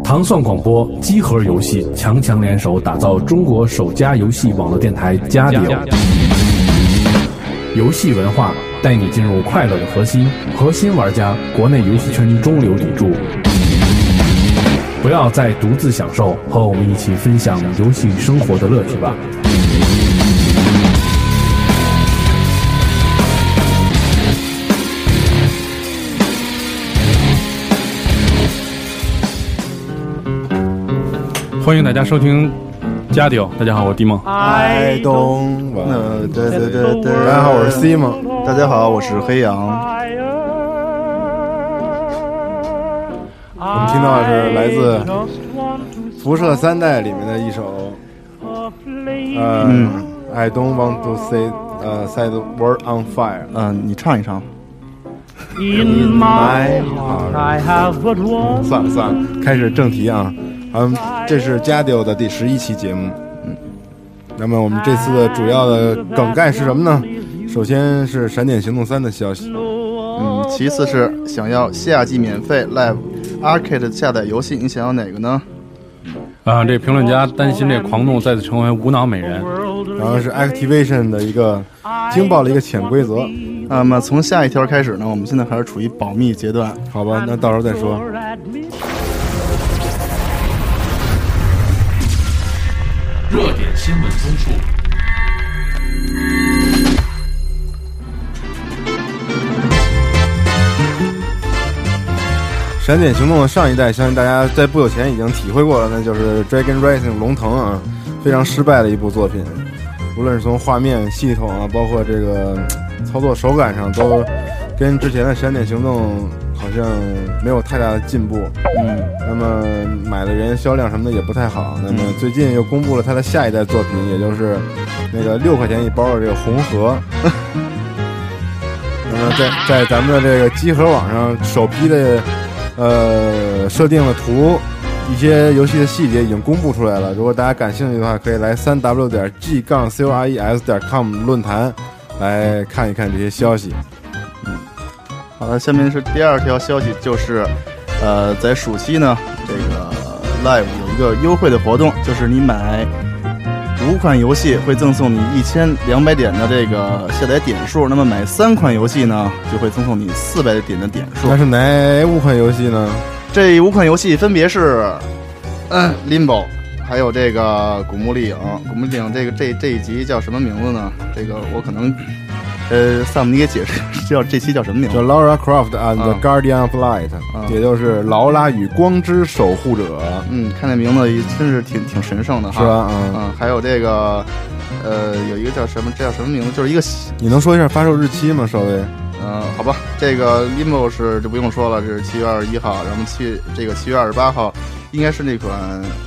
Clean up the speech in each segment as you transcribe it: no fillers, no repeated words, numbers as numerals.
糖蒜广播机核游戏强强联手，打造中国首家游戏网络电台加迪欧。游戏文化带你进入快乐的核心，核心玩家，国内游戏圈中流砥柱。不要再独自享受，和我们一起分享游戏生活的乐趣吧。欢迎大家收听加迪欧，大家好，我是迪梦。 爱东，对，大家好，我是 C 梦。 大家好，我是黑羊。 我们听到的是来自辐射3代里面的一首I don't want to set the world on fire。 你唱一唱。 In my heart， I have but one。算了，开始正题啊。这是加迪欧的第11期节目。那么我们这次的主要的梗概是什么呢？首先是《闪点行动3》的消息， 其次是想要夏季免费 Live Arcade 下载游戏，你想要哪个呢？ 这评论家担心这狂怒再次成为无脑美人， 然后是 Activision 的一个惊爆了一个潜规则。 那么从下一条开始呢，我们现在还是处于保密阶段。 好吧，那到时候再说。 热点新闻综述。 闪点行动的上一代，相信大家在不久前已经体会过了，那就是 Dragon Rising 龙腾啊，非常失败的一部作品。无论是从画面、系统啊，包括这个操作手感上，都跟之前的闪点行动好像没有太大的进步。那么买的人销量什么的也不太好。那么最近又公布了他的下一代作品，也就是那个6块钱一包的这个红盒。那么在咱们的这个机核网上首批的设定的图，一些游戏的细节已经公布出来了。如果大家感兴趣的话，可以来3w.g-cores.com 论坛来看一看这些消息。 好的，下面是第二条消息，就是在暑期呢，这个 Live 有一个优惠的活动，就是你买5款游戏会赠送你1200点的这个下载点数，那么买3款游戏呢，就会赠送你400点的点数。 那是哪5款游戏呢？ 这5款游戏分别是Limbo， 还有这个古墓丽影。古墓丽影这一集叫什么名字呢？这个我可能萨姆你给解释，这期叫什么名字？ 叫 Lara Croft and the Guardian of Light，也就是劳拉与光之守护者。 看这名字真是挺神圣的哈。 是吧？ 还有这个有一个叫什么？这叫什么名字？就是一个， 你能说一下发售日期吗？稍微。 好吧，这个 Limbo 是就不用说了，这是7月21号，然后7月28号应该是那款。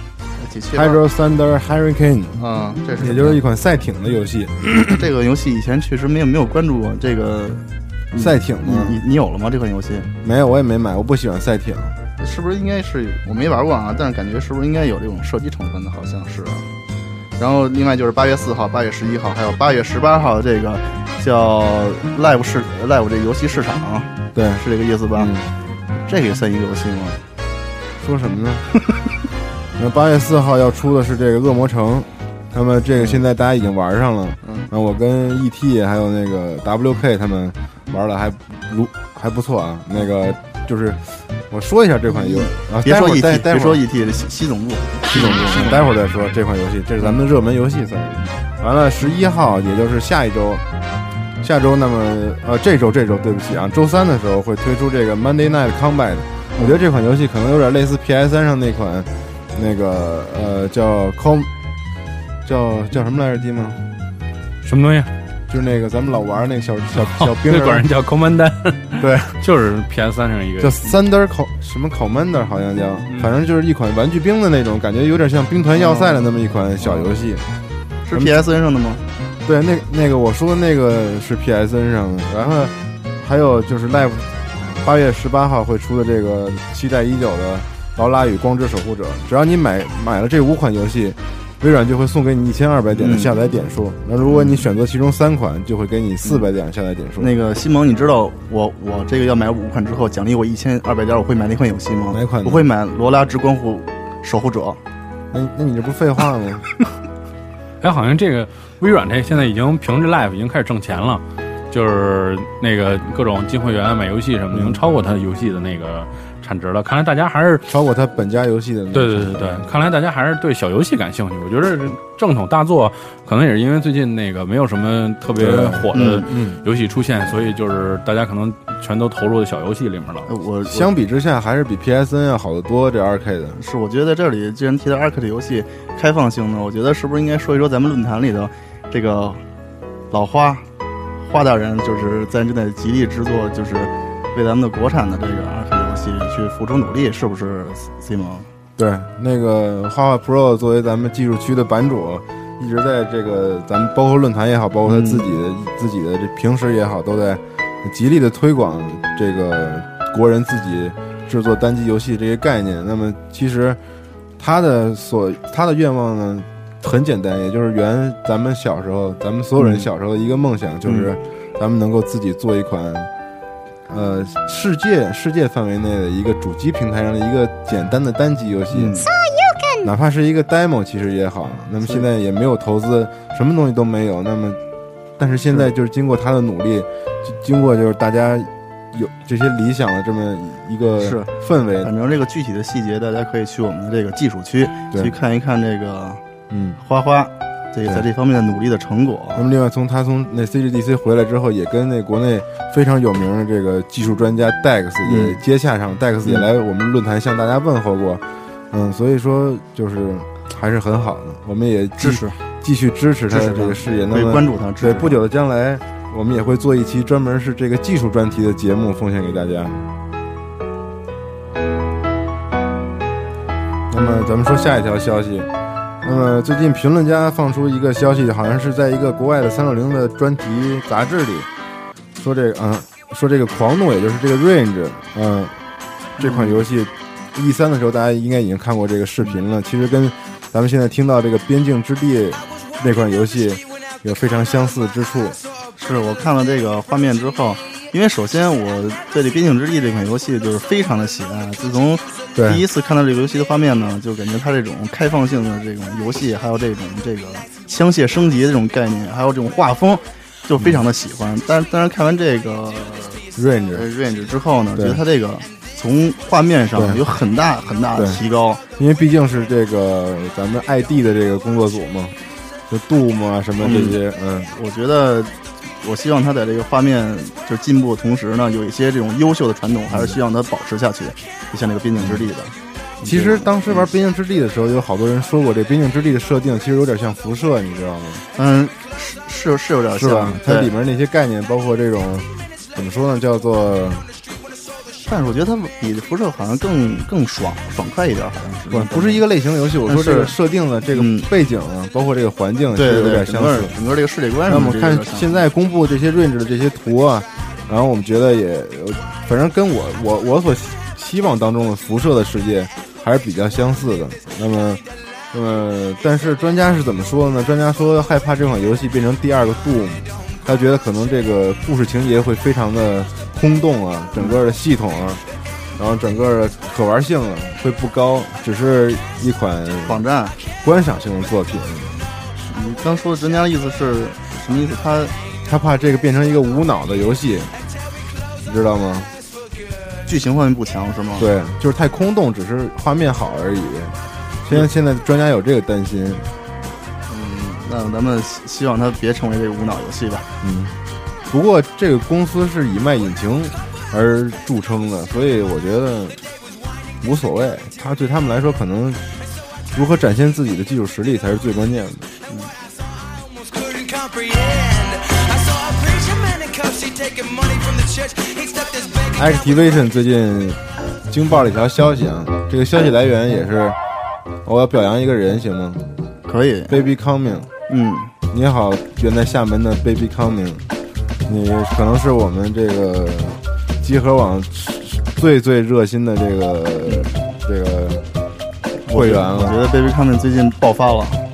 Hydro Thunder Hurricane， 这是也就是一款赛艇的游戏。 这个游戏以前确实没有关注过这个赛艇吗？ 你有了吗？这款游戏没有，我也没买，我不喜欢赛艇。 是不是应该是我没玩过啊？但是感觉是不是应该有这种射击成分的？好像是。然后另外就是8月4号、8月11号，还有8月18号的这个叫 Live 这个游戏市场， 对， 是这个意思吧？这个也算一个游戏吗？ 说什么呢？那8月4号要出的是这个恶魔城，那么这个现在大家已经玩上了。我跟 ET 还有那个 WK 他们玩了还不错啊。那个就是我说一下这款游戏啊， 别说 ET， 别说 ET， 西总部， 待会儿再说这款游戏，这是咱们的热门游戏算是。完了11号，也就是下周，那么这周对不起啊，周3的时候会推出这个 Monday Night Combat。我觉得这款游戏可能有点类似 PS3 上那款。那个叫什么来着？弟吗？ 什么东西？ 就是那个咱们老玩那个小兵人， 那管人叫 Commander， 对， 就是 PS3 上一个叫 Thunder 什么 Commander， 好像叫，反正就是一款玩具兵的那种，感觉有点像兵团要塞的那么一款小游戏。 是 PSN 上的吗？ 对，那个我说的那个是 PSN 上的，然后还有就是 Live 8月18号会出的这个期待已久的劳拉与光之守护者。只要你买了这5款游戏， 微软就会送给你1200点的下载点数。那如果你选择其中3款，就会给你400点下载点数。 那个西蒙，你知道我这个要买5款之后奖励我1200点，我会买哪款游戏吗？ 哪款？ 我会买罗拉之光护守护者。 那你这不废话吗？ 哎，好像这个微软这现在已经凭着 Live 已经开始挣钱了，就是那个各种金会员买游戏什么的，已经超过它游戏的那个产值了。看来大家还是超过它本家游戏的。 对，看来大家还是对小游戏感兴趣。我觉得正统大作可能也是因为最近那个没有什么特别火的游戏出现，所以就是大家可能全都投入到小游戏里面了。 我相比之下还是比 PSN 要好得多。这 Arcade 是我觉得在这里既然提到 Arcade 游戏开放性呢，我觉得是不是应该说一说咱们论坛里的这个老花大人，就是在正在极力制作，就是为咱们的国产的这个 Arcade 游戏去付出努力，是不是 Simon？ 对，那个画画 Pro 作为咱们技术区的版主，一直在这个咱们包括论坛也好，包括他自己的这平时也好，都在极力的推广这个国人自己制作单机游戏这些概念。那么其实他的愿望呢很简单，也就是圆咱们小时候，咱们所有人小时候的一个梦想，就是咱们能够自己做一款世界范围内的一个主机平台上的一个简单的单机游戏，哪怕是一个 demo 其实也好。那么现在也没有投资，什么东西都没有。那么但是现在就是经过他的努力，经过就是大家有这些理想的这么一个氛围。 反正这个具体的细节大家可以去我们的这个技术区去看一看这个花这个在这方面的努力的成果。 那么另外他从那 CGDC 回来之后，也跟那国内非常有名的这个技术专家 Dex 也接洽上，Dex 也来我们论坛向大家问候过。所以说就是还是很好的，我们也继续支持他的这个事业。那么关注他。 对，不久的将来我们也会做一期专门是这个技术专题的节目奉献给大家。那么咱们说下一条消息。那么最近评论家放出一个消息，好像是在一个国外的360的专题杂志里说这个狂怒，也就是这个 Range， 这款游戏E3的时候大家应该已经看过这个视频了。其实跟咱们现在听到这个边境之地那款游戏有非常相似之处。 是我看了这个画面之后，因为首先我对这边境之地这款游戏就是非常的喜爱，自从第一次看到这个游戏的画面呢，就感觉它这种开放性的这种游戏，还有这个枪械升级的这种概念，还有这种画风，就非常的喜欢。但是看完这个 Range 之后呢，觉得它这个从画面上有很大的提高， 因为毕竟是这个咱们 ID 的这个工作组嘛，就 Doom 啊什么这些， 我觉得我希望它在这个画面就进步的同时呢，有一些这种优秀的传统，还是希望它保持下去。就像那个边境之地的， 其实当时玩边境之地的时候，有好多人说过，这边境之地的设定其实有点像辐射，你知道吗？ 是有点像， 是吧？它里面那些概念，包括这种怎么说呢，叫做。 但是我觉得它比辐射好像更爽快一点，好像是不是一个类型的游戏。我说这个设定的这个背景啊，包括这个环境， 对有点相似。 整个这个世界观。 那我们看现在公布这些 Range 的这些图啊，然后我们觉得也，反正跟我所希望当中的辐射的世界还是比较相似的。那么，但是专家是怎么说的呢？专家说害怕这款游戏变成第二个 Doom， 他觉得可能这个故事情节会非常的空洞啊，整个的系统啊，然后整个的可玩性啊会不高，只是一款网站观赏性的作品。 你刚说的专家的意思是什么意思？ 他怕这个变成一个无脑的游戏，你知道吗？ 剧情方面不强是吗？ 对，就是太空洞，只是画面好而已。现在专家有这个担心。 那咱们希望它别成为这个无脑游戏吧。 不过这个公司是以卖引擎而著称的，所以我觉得无所谓。他对他们来说，可能如何展现自己的技术实力才是最关键的。Activision 最近惊爆了一条消息啊，这个消息来源也是，我要表扬一个人行吗？ 可以 ，Baby Coming。你好，远在厦门的 Baby Coming， 你可能是我们这个集合网最热心的这个会员了。 我觉得 Baby Coming 最近爆发了。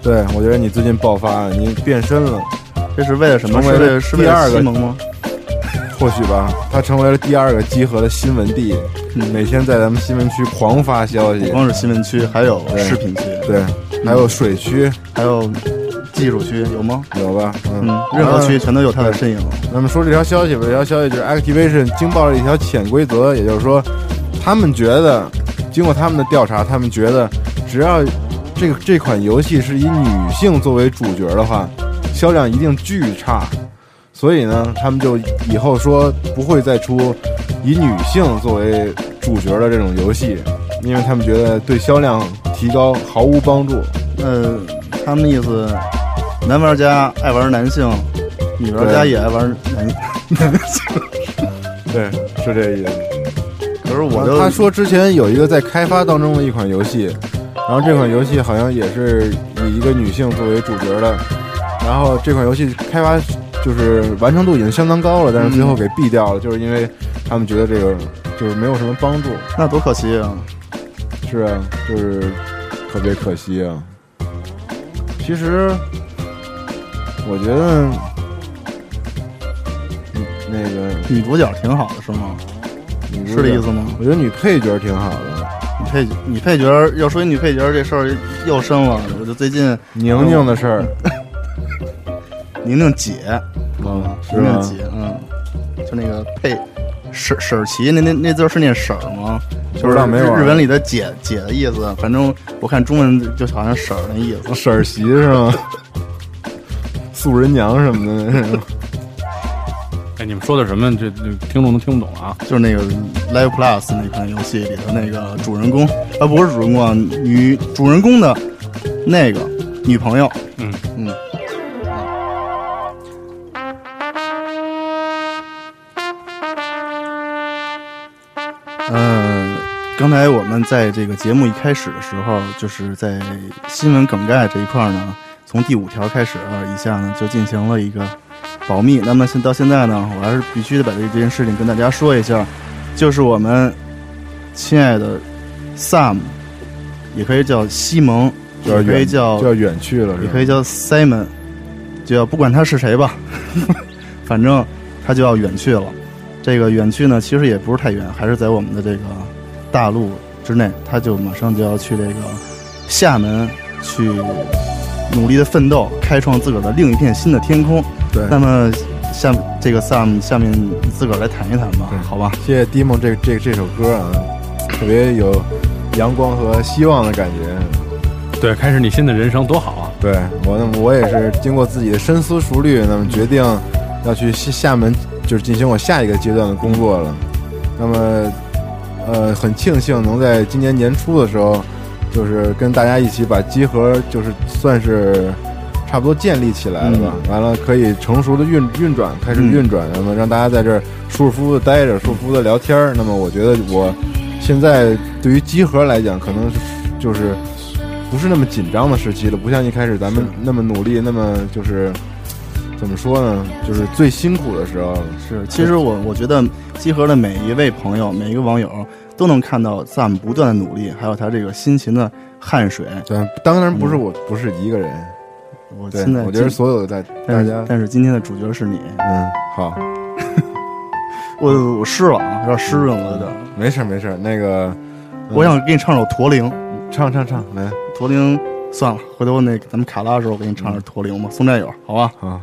对，我觉得你最近爆发了，你变身了， 这是为了什么？ 成为了是为第二个了西蒙吗？ 或许吧，它成为了第2个集合的新闻地，每天在咱们新闻区狂发消息， 不光是新闻区，还有饰品区， 对，还有水区， 还有技术区，有吗？ 有吧？ 任何区全都有它的身影。 那么说这条消息吧，这条消息就是 Activision 惊爆了一条潜规则，也就是说，他们觉得，经过他们的调查，他们觉得只要这款游戏是以女性作为主角的话，销量一定巨差。所以呢，他们就以后说不会再出以女性作为主角的这种游戏，因为他们觉得对销量提高毫无帮助。 他们的意思，男玩家爱玩男性，女玩家也爱玩男性。 对，是这意思。 可是他说之前有一个在开发当中的一款游戏，然后这款游戏好像也是以一个女性作为主角的，然后这款游戏开发就是完成度已经相当高了，但是最后给毙掉了，就是因为他们觉得这个就是没有什么帮助。 那多可惜啊！ 是啊，就是特别可惜啊。其实我觉得那个女主角挺好的，是吗？是这意思吗？ 我觉得女配角挺好的。 女配角要说女配角这事儿又深了，我就最近宁宁的事儿。 宁宁姐， 是吧？ 姐，就那个婶琪，那字是念婶吗？就是日文里的姐的意思。反正我看中文就好像婶那意思。 婶媳是吗？素人娘什么的。 哎，你们说的什么？这听众都听不懂啊！ 就是那个 Live Plus 那款游戏里的那个主人公，不是主人公啊，女主人公的那个女朋友。刚才我们在这个节目一开始的时候，就是在新闻梗概这一块呢，从第5条开始以下呢，就进行了一个保密。那么到现在呢，我还是必须得把这件事情跟大家说一下，就是我们亲爱的 Sam， 也可以叫西蒙，也可以叫远去了， 也可以叫 Simon， 就要不管他是谁吧，反正他就要远去了。这个远去呢，其实也不是太远，还是在我们的这个大陆之内，他就马上就要去这个厦门去努力的奋斗，开创自个儿的另一片新的天空。 对， 那么这个 Sam 下面自个儿来谈一谈吧，好吧？ 谢谢 Dimon 这首歌啊，特别有阳光和希望的感觉。 对，开始你新的人生多好啊！ 对，我也是经过自己的深思熟虑，那么决定要去厦门，就是进行我下一个阶段的工作了。那么很庆幸能在今年年初的时候，就是跟大家一起把机核就是算是差不多建立起来了吧。完了可以成熟的运转，开始运转，那么让大家在这儿舒舒服服的待着，舒舒服服的聊天。那么我觉得我现在对于机核来讲，可能就是不是那么紧张的时期了，不像一开始咱们那么努力，那么就是怎么说呢，就是最辛苦的时候。 是，其实我觉得机核的每一位朋友，每一个网友都能看到 Sam 不断的努力，还有他这个辛勤的汗水。 对，当然不是我，不是一个人。 我现在我觉得所有的大家， 但是今天的主角是你。 好。 我湿了啊，有点湿润了，有点。 没事，那个， 我想给你唱首《驼铃》， 唱来。 驼铃算了，回头咱们卡拉的时候我给你唱点驼铃吧，送战友，好吧？ 好，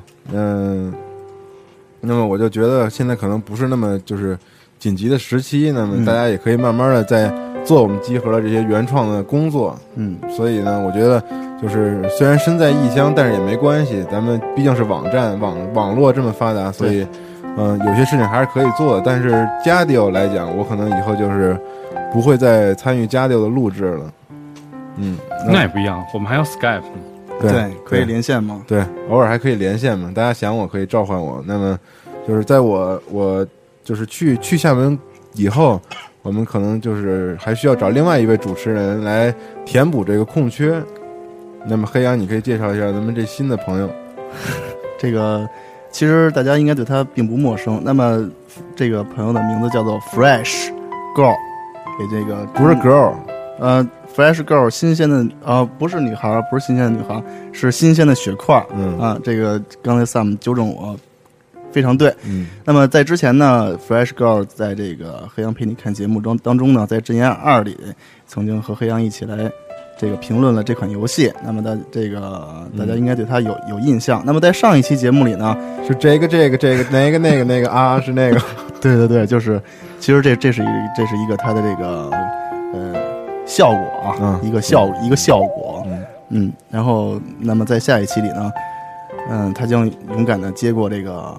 那么我就觉得现在可能不是那么就是紧急的时期，那么大家也可以慢慢的在做我们机核的这些原创的工作。所以呢，我觉得就是虽然身在异乡，但是也没关系，咱们毕竟是网站网络这么发达，所以有些事情还是可以做的。但是加迪欧来讲，我可能以后就是不会再参与加迪欧的录制了。 那也不一样，我们还有 Skype。 对，可以连线吗？ 对，偶尔还可以连线嘛。大家想我可以召唤我。那么就是在我就是去厦门以后，我们可能就是还需要找另外一位主持人来填补这个空缺。那么黑羊，你可以介绍一下咱们这新的朋友。 这个其实大家应该对他并不陌生。那么这个朋友的名字叫做 Fresh Girl， 给这个不是 girl。 Flash Girl 新鲜的不是女孩，不是新鲜的女孩，是新鲜的血块。这个刚才 Sam 纠正我，非常对。那么在之前呢 ，Flash Girl 在这个黑羊陪你看节目当中呢，在《真言2》里曾经和黑羊一起来这个评论了这款游戏。那么这个大家应该对它有印象。那么在上一期节目里呢， 是这个那个啊，是那个。 对对对，就是其实这是一个它的这个效果啊，一个效果。然后那么在下一期里呢，他将勇敢的接过这个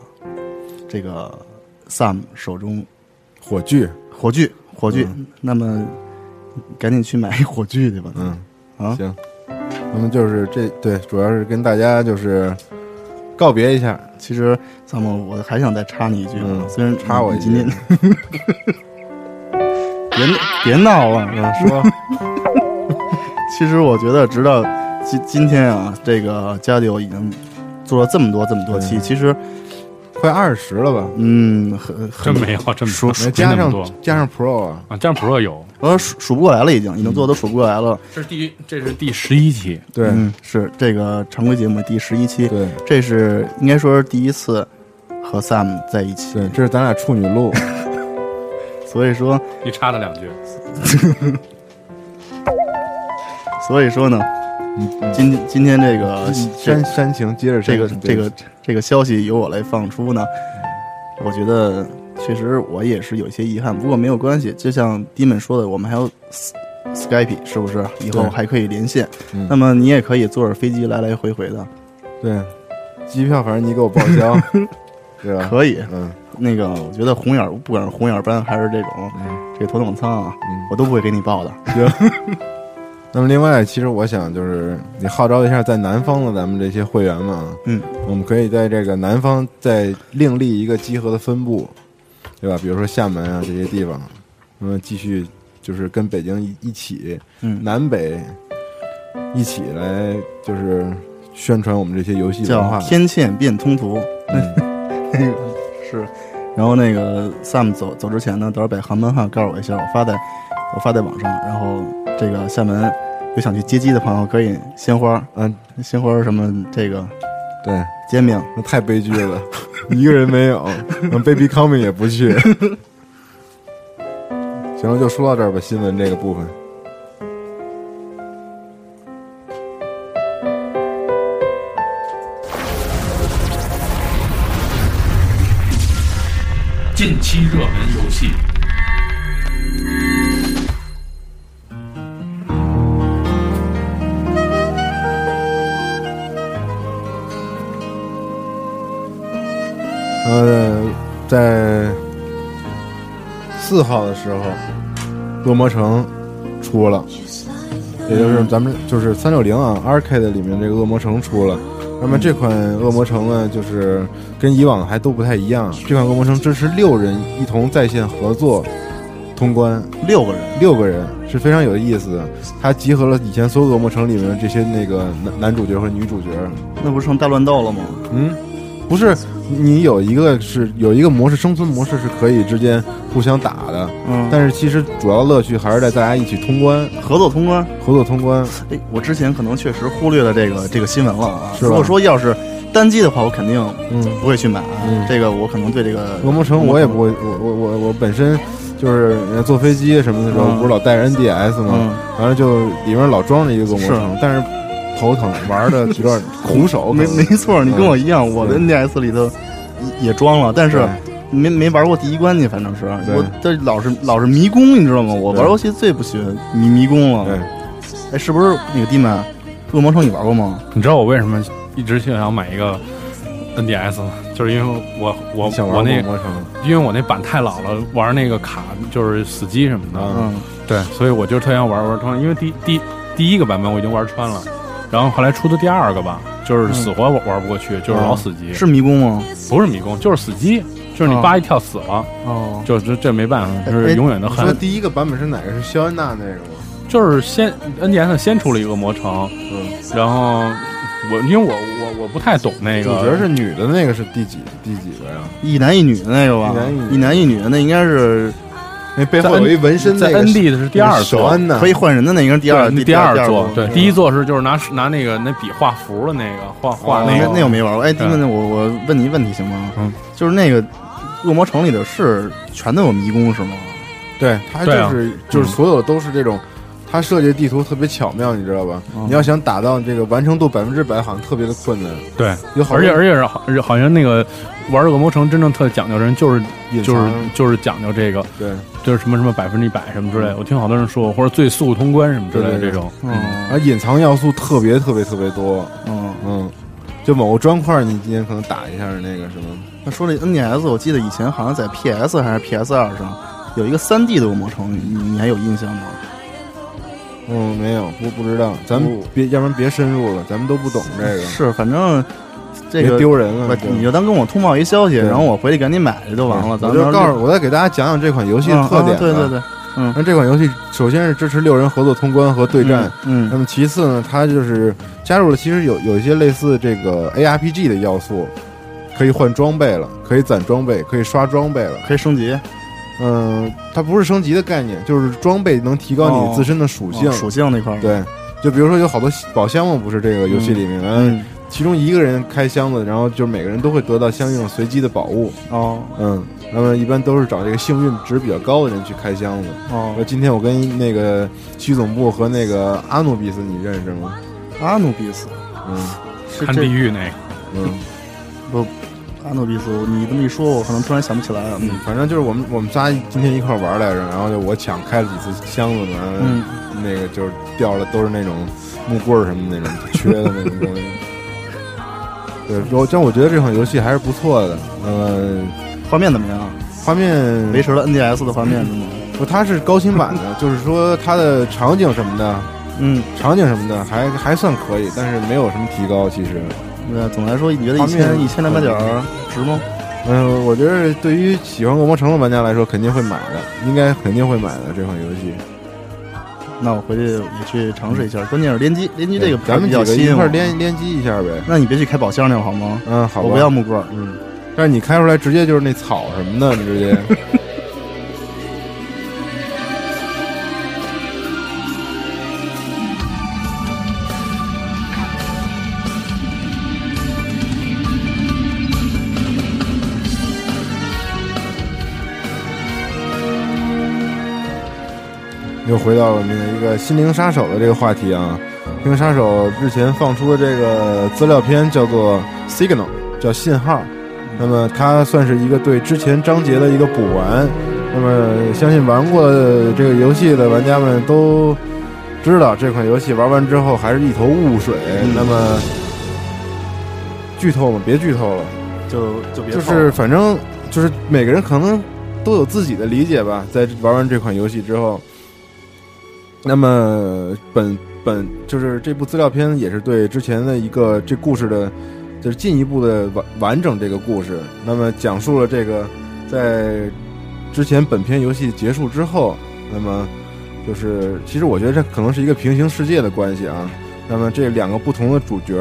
Sam 手中火炬。那么赶紧去买一火炬去吧。 行。那么就是对，主要是跟大家就是告别一下。 其实 Sam 我还想再插你一句，虽然插我一句， 今天别闹了， 说。 其实我觉得直到今天啊，这个加迪欧已经做了这么多期，其实快20了吧？ 真没有，真没加上 Pro 啊， 加上 Pro 有， 数不过来了，已经做的都数不过来了。 这是第11期， 对， 是这个常规节目第11期， 对， 这是应该说是第一次和 Sam 在一起， 对，这是咱俩处女录， 所以说你插了2句， 所以说呢，今天这个煽情，接着这个消息由我来放出呢，我觉得确实我也是有些遗憾，不过没有关系，就像 Demon 说的，我们还有 Skype 是不是？以后还可以连线。那么你也可以坐着飞机来来回回的。 对，机票反正你给我报销，对吧？ 可以。那个我觉得红眼，不管是红眼班还是这种这个头等舱啊，我都不会给你报的。 行。那么另外，其实我想就是你号召一下在南方的咱们这些会员们，我们可以在这个南方再另立一个集合的分部，对吧？比如说厦门啊这些地方，那么继续就是跟北京一起，南北一起来就是宣传我们这些游戏文化。 叫天堑变通途，那个是。然后那个 Sam 走之前呢，到时候把航班号告诉我一下，我发在网上。然后这个厦门有想去接机的朋友，可以鲜花，鲜花什么这个， 对， 煎饼， 那太悲剧了，一个人没有，Baby Coming 也不去。行了，就说到这儿吧，新闻这个部分。 近期热门游戏。 在4号的时候，恶魔城出了，也就是咱们就是360啊 Arcade 里面这个恶魔城出了。那么这款恶魔城呢，就是跟以往还都不太一样。这款恶魔城支持6人一同在线合作通关，6个人是非常有意思的。它集合了以前所有恶魔城里面的这些那个男主角和女主角。 那不是成大乱斗了吗？ 不是，你有一个模式，生存模式是可以之间互相打的，但是其实主要乐趣还是在大家一起通关， 合作通关。我之前可能确实忽略了这个新闻了啊。如果说要是单机的话，我肯定不会去买。这个我可能对这个恶魔城我也不会，我本身就是坐飞机什么的时候，不是老带着 NDS 吗？完了就里面老装着一个恶魔城，但是头疼，玩的有点苦手。 没错，你跟我一样，我的 NDS 里头也装了，但是没玩过第一关去，反正是我这老是迷宫，你知道吗？我玩游戏最不喜欢迷宫了。哎，是不是那个 Demon 恶魔城你玩过吗？ 你知道我为什么一直想买一个 NDS 吗？就是因为我想玩恶魔城， 因为我那版太老了，玩那个卡就是死机什么的。对，所以我就特想玩穿，因为第一个版本我已经玩穿了。然后后来出的第2个吧，就是死活玩不过去，就是老死机。 是迷宫吗？ 不是迷宫，就是死机，就是你叭一跳死了。就是这没办法，就是永远的恨。 说第一个版本是哪个？是肖安娜那个吗？ 就是NDS 先出了一个魔城，然后因为我不太懂那个。 主角是女的那个是第几个呀？ 一男一女的那个吧？一男一女的那应该是那背后有一纹身， 在 ND 的是第二座， 手恩呢， 可以换人的那个是第二座，对，第一座是就是拿那个那笔画符的那个画那个， 那我没玩过。哎，第一个我问你一问题行吗？就是那个恶魔城里的是全都有迷宫是吗？ 对，它就是所有都是这种。它设计的地图特别巧妙，你知道吧？你要想达到这个完成度100%，好像特别的困难。 对，而且好像那个玩恶魔城真正特讲究的人就是讲究这个， 对， 就是什么100%什么之类的。我听好多人说，或者最速通关什么之类的这种。 而隐藏要素特别多。就某个砖块，你今天可能打一下那个什么。 他说这 NDS， 我记得以前好像在 PS 还是 PS2 上有一个3D 的恶魔城，你还有印象吗？ 没有，不知道，咱们要不然别深入了，咱们都不懂这个。 是，反正这个丢人了， 你就当跟我通报一消息，然后我回去赶紧买就完了。咱就告诉我再给大家讲讲这款游戏的特点。 对， 那这款游戏首先是支持6人合作通关和对战，那么其次呢，它就是加入了其实有一些类似这个 ARPG 的要素，可以换装备了，可以攒装备，可以刷装备了， 可以升级。 它不是升级的概念，就是装备能提高你自身的属性， 属性那块。 对，就比如说有好多宝箱嘛，不是这个游戏里面，其中一个人开箱子，然后就是每个人都会得到相应随机的宝物。那么一般都是找这个幸运值比较高的人去开箱子。今天我跟那个区总部和那个阿努比斯，你认识吗？ 阿努比斯， 看地狱那个， 不。阿诺比斯，你这么一说，我可能突然想不起来了。 反正就是我们仨今天一块玩来着，然后就我开了几次箱子嘛，那个就是掉了都是那种木棍什么那种缺的那种东西。对，我觉得这款游戏还是不错的。 画面怎么样？ 画面维持了 NDS 的画面吗？ 不，它是高清版的，就是说它的场景什么的，场景什么的还算可以，但是没有什么提高，其实。 总来说，你觉得1200点值吗？ 我觉得对于喜欢恶魔城的玩家来说，肯定会买的，肯定会买的这款游戏。 那我回去也去尝试一下，关键是联机这个咱们几个一块联机一下呗。 那你别去开宝箱那个好吗？ 好吧， 我不要木棍。 但是你开出来直接就是那草什么的，你直接。又回到了我们一个心灵杀手的这个话题啊。心灵杀手之前放出的这个资料片叫做 Signal， 叫信号。那么它算是一个对之前章节的一个补完。那么相信玩过这个游戏的玩家们都知道，这款游戏玩完之后还是一头雾水。那么剧透吗？别剧透了， 就别。 就是反正就是每个人可能都有自己的理解吧。在玩完这款游戏之后。那么就是这部资料片也是对之前的一个这故事的，就是进一步的完整这个故事。那么讲述了这个在之前本片游戏结束之后，那么就是其实我觉得这可能是一个平行世界的关系啊。那么这两个不同的主角，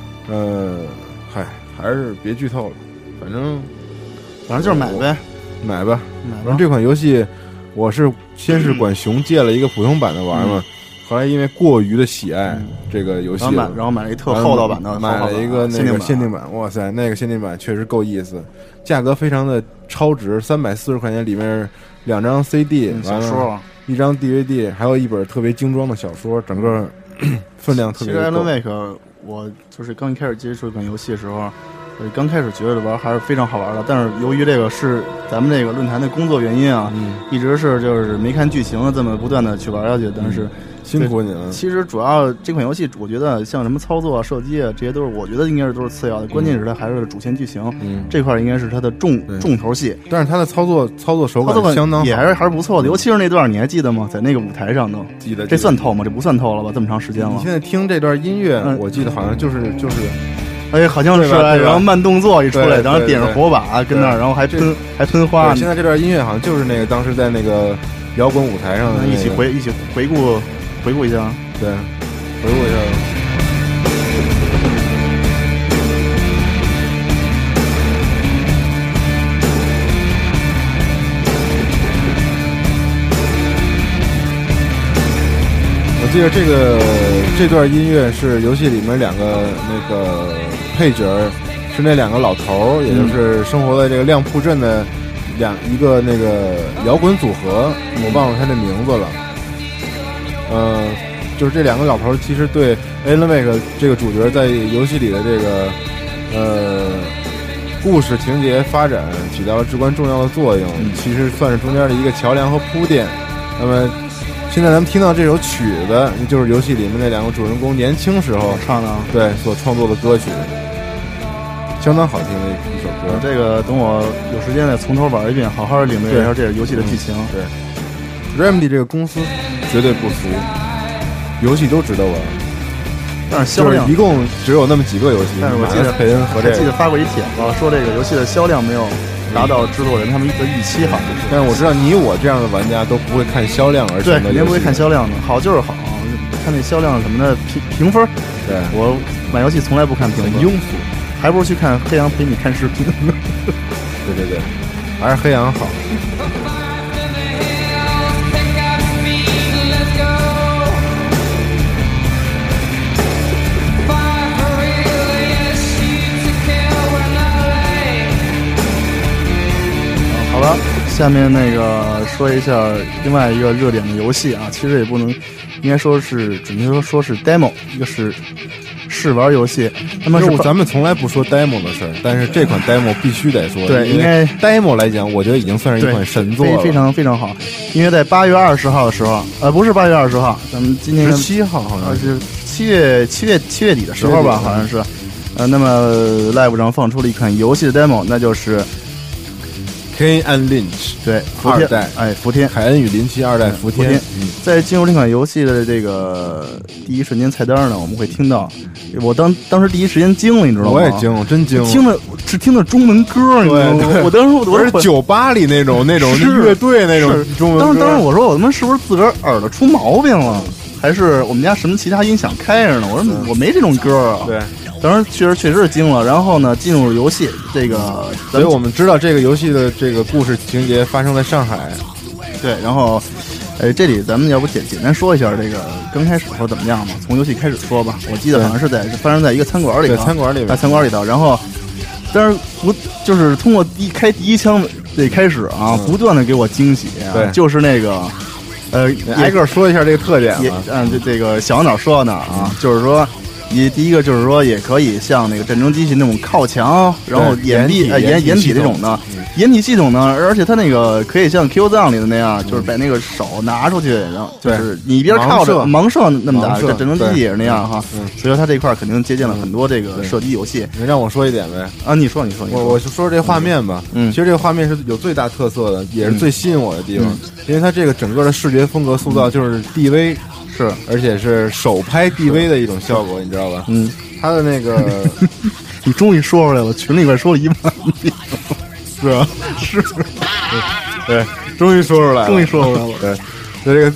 还是别剧透了，反正就是买呗， 买吧。反正这款游戏。我是先是管熊借了一个普通版的玩嘛，后来因为过于的喜爱这个游戏， 然后买了一特厚道版的， 买了一个那个限定版。哇塞，那个限定版确实够意思，价格非常的超值，340块钱里面2张 CD， 小说 ，1张 DVD， 还有一本特别精装的小说，整个分量特别够。 其实 Alan Wake 我就是刚一开始接触这款游戏的时候。刚开始觉得玩还是非常好玩的，但是由于这个是咱们这个论坛的工作原因啊，一直是就是没看剧情的这么不断的去玩下去，但是辛苦你了。 其实主要这款游戏，我觉得像什么操作啊、射击啊，这些都是我觉得应该都是次要的，关键是它还是主线剧情，这块应该是它的重头戏。 但是它的操作手感相当好， 也还是不错的，尤其是那段你还记得吗？在那个舞台上都记得， 这算透吗？这不算透了吧？这么长时间了。 你现在听这段音乐，我记得好像就是。 哎，好像是，然后慢动作一出来，然后点着火把跟那儿，然后还喷花。 现在这段音乐好像就是那个当时在那个摇滚舞台上的， 一起回顾一下， 对，回顾一下。 记得这段音乐是游戏里面两个那个配角，是那两个老头儿，也就是生活在这个亮铺镇的一个那个摇滚组合，我忘了他的名字了。就是这两个老头儿其实对 Alan Wake 这个主角在游戏里的这个故事情节发展起到了至关重要的作用，其实算是中间的一个桥梁和铺垫。那么现在咱们听到这首曲子，就是游戏里面那两个主人公年轻时候唱的， 对所创作的歌曲，相当好听的一首歌。 这个等我有时间再从头玩一遍，好好领略一下这个游戏的剧情。 对 ，Remedy 这个公司绝对不俗，游戏都值得玩。 但是销量一共只有那么几个游戏， 但是我记得佩恩和记得发过一帖子，说这个游戏的销量没有达到制作人他们的预期，好像是。 但是我知道你我这样的玩家都不会看销量而选的， 对，肯定不会看销量的，好就是好，看那销量什么的评分。 对， 我买游戏从来不看评分， 庸俗， 还不如去看黑羊陪你看视频。 对对对，还是黑羊好。 好了，下面那个说一下另外一个热点的游戏啊，其实也不能，应该说是准确说是 demo， 一个是试玩游戏。那么咱们从来不说 demo 的事儿，但是这款 demo 必须得说。 对，应该 demo 来讲，我觉得已经算是一款神作了， 非常非常好。因为在8月20号的时候，不是8月20号，咱们今天 17号好像是7月底的时候吧，好像是。那么 Live 上放出了一款游戏的 demo， 那就是 Kane and Lynch 对二代， 福天凯恩与林奇二代福天。 在进入这款游戏的这个第一瞬间菜单呢，我们会听到，我当时第一时间惊了，你知道吗？ 我也惊了，真惊了。 听的中文歌，你知道吗？我当时我是酒吧里那种乐队那种中文歌。 当时我说我他妈是不是自个儿耳朵出毛病了，还是我们家什么其他音响开着呢？我说我没这种歌啊。 对。 当时确实是惊了，然后呢，进入游戏这个， 所以我们知道这个游戏的这个故事情节发生在上海， 对，然后，这里咱们要不简单说一下这个刚开始说怎么样嘛？从游戏开始说吧。我记得好像是发生在一个餐馆里， 对，餐馆里， 在餐馆里头，然后，但是就是通过开第一枪这开始啊，不断的给我惊喜， 对， 就是那个， 挨个说一下这个特点吧。 这个小哪说呢啊，就是说。第一个就是说，也可以像那个战争机器那种靠墙，然后掩体那种的掩体系统呢，而且它那个可以像 Q 藏里的那样，就是把那个手拿出去，然后就是你一边靠着盲射那么打，这战争机器也是那样哈。所以说它这块肯定借鉴了很多这个射击游戏。 你让我说一点呗？ 啊，你说， 我就说这画面吧。其实这个画面是有最大特色的，也是最吸引我的地方，因为它这个整个的视觉风格塑造就是 DV。 是， 而且是手拍 DV 的一种效果，你知道吧？他的那个， 你终于说出来了，群里边说了1万遍， 是吧？ 是， 对，终于说出来了， 对， 这个，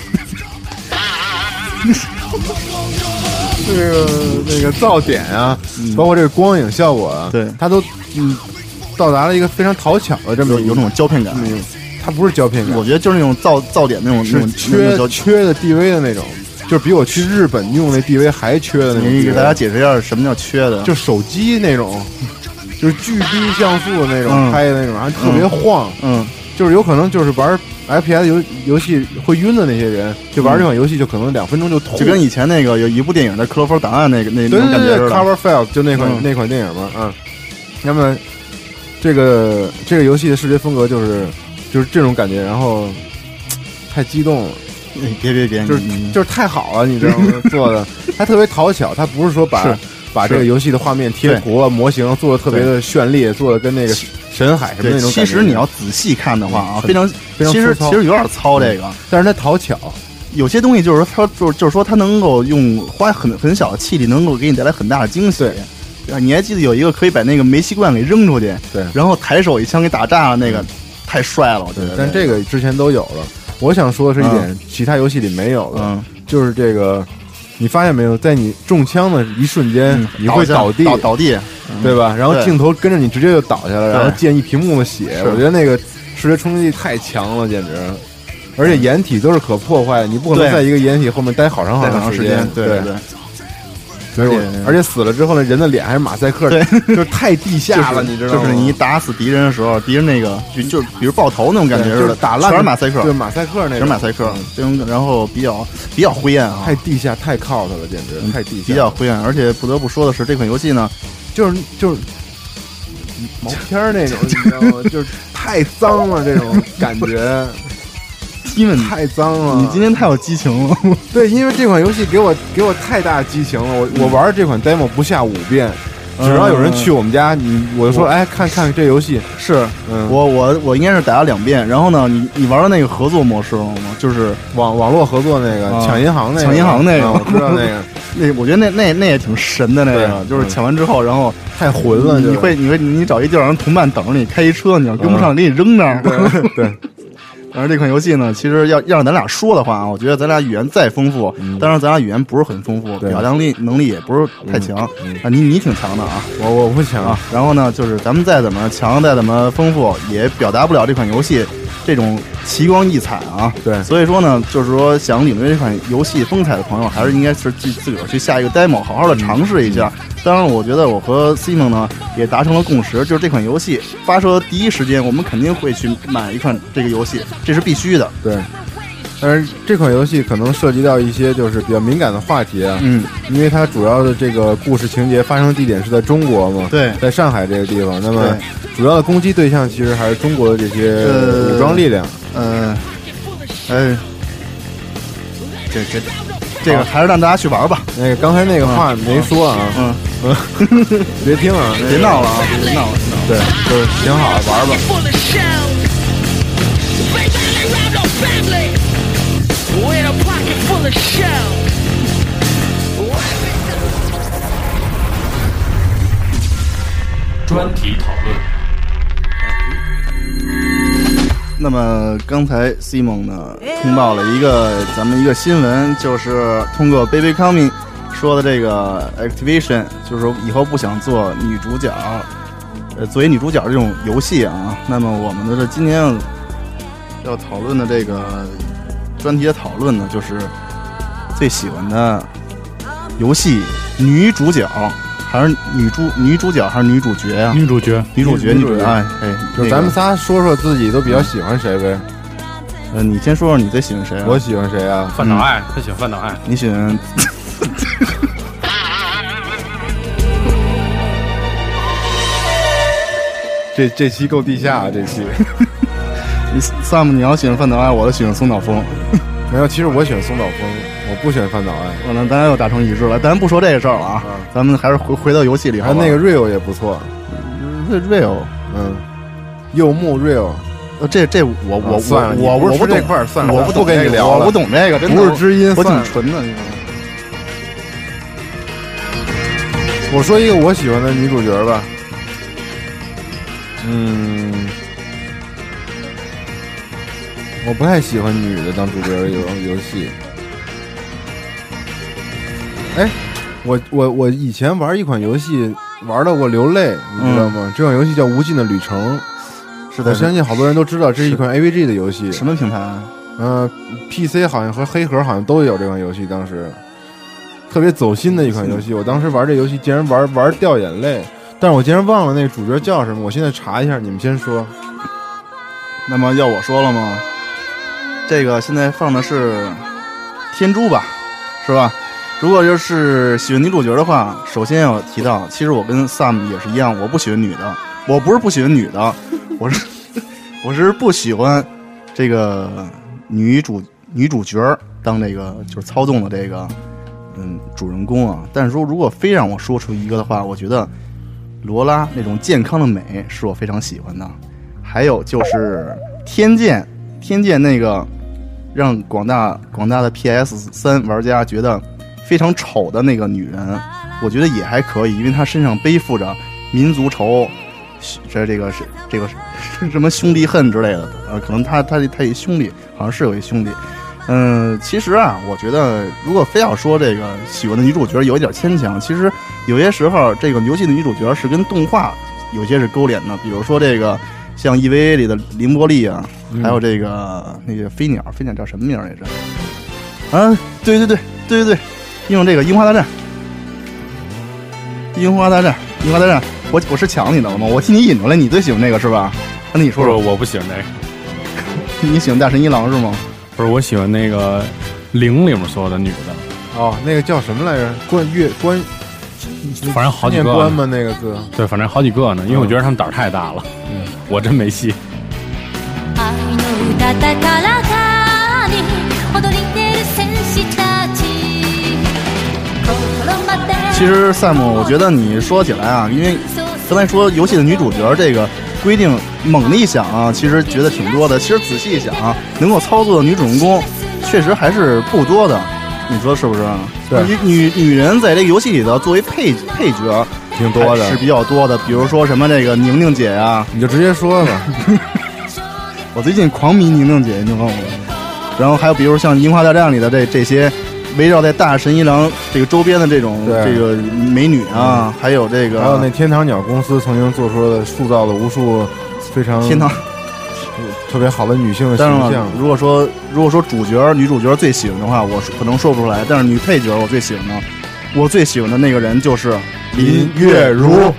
那个噪点啊，包括这个光影效果啊， 对， 它都到达了一个非常讨巧的这么有那种胶片感。 它不是胶片感， 我觉得就是那种噪点那种缺的 DV 的那种，就是比我去日本用那 DV 还缺的那种。 你给大家解释一下什么叫缺的？ 就手机那种，就是巨低像素的那种拍的那种，还特别晃。就是有可能就是玩 FPS 游戏会晕的那些人，就玩这款游戏就可能2分钟就吐。 就跟以前那个有一部电影的《克罗夫档案》那种感觉似的。 Cover File 就那款电影嘛，那么这个游戏的视觉风格就是这种感觉，然后太激动了， 别， 就是太好了，你知道吗？做的还特别讨巧，他不是说把这个游戏的画面贴图啊模型做的特别的绚丽，做的跟那个神海什么那种感觉。 其实你要仔细看的话啊，非常其实有点糙这个， 但是它讨巧。 有些东西就是说它就是说它能够花很小的气力，能够给你带来很大的惊喜。对，你还记得有一个可以把那个煤气罐给扔出去， 对， 然后抬手一枪给打炸了那个。太帅了，我觉得。 但这个之前都有了。我想说的是一点，其他游戏里没有的，就是这个，你发现没有，在你中枪的一瞬间，你会倒地，对吧？然后镜头跟着你直接就倒下来，然后溅一屏幕的血。我觉得那个视觉冲击力太强了，简直。 而且掩体都是可破坏的，你不可能在一个掩体后面待好长时间。对。而且死了之后呢，人的脸还是马赛克，就是太地下了，你知道吗？ 就是你打死敌人的时候，敌人那个就比如爆头那种感觉似的， 打烂全是马赛克， 对马赛克那种， 全是马赛克，这种然后比较灰暗啊， 太地下太靠它了，简直太地下， 比较灰暗。而且不得不说的是，这款游戏呢， 就是毛片那种，你知道吗？就是太脏了，这种感觉。 因为太脏了， 你今天太有激情了。 对，因为这款游戏给我太大激情了。我玩这款 demo 不下5遍，只要有人去我们家，我就说哎，看这游戏是，我应该是打了2遍。然后呢，你玩的那个合作模式了吗？就是网络合作那个抢银行那个，我知道那个。 那我觉得那也挺神的，那个就是抢完之后，然后太混了。 你找一地儿让同伴等着你，开一车，你要跟不上，给你扔那儿。 对。 但是这款游戏呢，其实要让咱俩说的话啊，我觉得咱俩语言再丰富，当然咱俩语言不是很丰富，表达能力也不是太强啊。你挺强的啊， 我不强啊。然后呢，就是咱们再怎么强，再怎么丰富，也表达不了这款游戏这种奇光异彩啊。 对， 所以说呢，就是说想领略这款游戏风采的朋友，还是应该是自个儿去下一个 demo， 好好的尝试一下。当然，我觉得我和 Simon 呢也达成了共识，就是这款游戏发售的第一时间，我们肯定会去买一款这个游戏，这是必须的。 对，但是这款游戏可能涉及到一些就是比较敏感的话题啊，因为它主要的这个故事情节发生地点是在中国嘛， 对， 在上海这个地方，那么主要的攻击对象其实还是中国的这些武装力量。 这个还是让大家去玩吧。 那个刚才那个话没说啊，别听啊， 别闹了啊，别闹了。 对，就是挺好的，玩吧。 专题讨论。 那么刚才 Simon 呢通报了咱们一个新闻，就是通过 Baby Coming 说的这个 Activision， 就是说以后不想做女主角，作为女主角这种游戏啊。那么我们的今天要讨论的这个专题的讨论呢，就是最喜欢的游戏女主角。还是女主角还是女主角啊？ 女主角， 哎， 就咱们仨说说自己都比较喜欢谁呗。 你先说说你最喜欢谁啊？ 我喜欢谁啊？ 范岛爱，他喜欢范岛爱。 你喜欢？ 这期够地下啊！这期。 Sam， 你要喜欢范岛爱，我就喜欢松岛枫。 没有，其实我喜欢松岛枫，我不喜欢范岛爱。 那咱又达成一致了。咱不说这个事儿了啊，咱们还是回到游戏里。 还有那个 Real 也不错 ，Real， 柚木 Real， 这我算了，我不这块算了， 我不跟你聊了， 我不懂这个， 不是知音， 我挺纯的。 我说一个我喜欢的女主角吧，我不太喜欢女的当主角的游戏。哎，我以前玩一款游戏玩到过流泪，你知道吗？这款游戏叫《无尽的旅程》，我相信好多人都知道，这是一款 AVG 的游戏。 什么平台啊 ？PC 好像和黑盒好像都有这款游戏，当时特别走心的一款游戏。我当时玩这游戏竟然玩掉眼泪，但是我竟然忘了那个主角叫什么。我现在查一下，你们先说。 那么要我说了吗？这个现在放的是天珠吧，是吧？如果就是喜欢女主角的话，首先要提到，其实我跟 Sam 也是一样，我不喜欢女的。我不是不喜欢女的，我是不喜欢这个女主角当这个就是操纵的这个主人公啊。但是说如果非让我说出一个的话，我觉得罗拉那种健康的美是我非常喜欢的。还有就是天剑那个让广大的 PS3 玩家觉得非常丑的那个女人，我觉得也还可以，因为她身上背负着民族仇，这个什么兄弟恨之类的，可能他一兄弟好像是有一兄弟。其实啊，我觉得如果非要说这个喜欢的女主角有一点牵强，其实有些时候这个游戏的女主角是跟动画有些是勾连的，比如说这个像 EVA 里的凌波丽啊， 还有这个那个飞鸟叫什么名来着？啊，对，用这个樱花大战，我是抢你的了吗？我替你引出来，你最喜欢那个是吧？那你说说， 我不喜欢那个。 你喜欢大神一郎是吗？ 不是，我喜欢那个零里面所有的女的。 哦，那个叫什么来着？关， 反正好几个关吗？那个字？ 对，反正好几个呢。因为我觉得他们胆儿太大了。我真没戏。 其实赛姆，我觉得你说起来啊，因为刚才说游戏的女主角这个规定，猛的一想啊，其实觉得挺多的。其实仔细一想啊，能够操作的女主人公确实还是不多的，你说是不是？ 对， 女人在这个游戏里头作为配角挺多的， 是比较多的。比如说什么这个宁宁姐呀， 你就直接说吧。 我最近狂迷宁宁姐，你问我。然后还有比如像《樱花大战》里的这些。围绕在大神一郎这个周边的这种这个美女啊，还有这个， 还有那天堂鸟公司曾经做出了塑造了无数非常天堂特别好的女性的形象。 如果说女主角最喜欢的话，我可能说不出来。但是女配角我最喜欢的那个人就是林月如。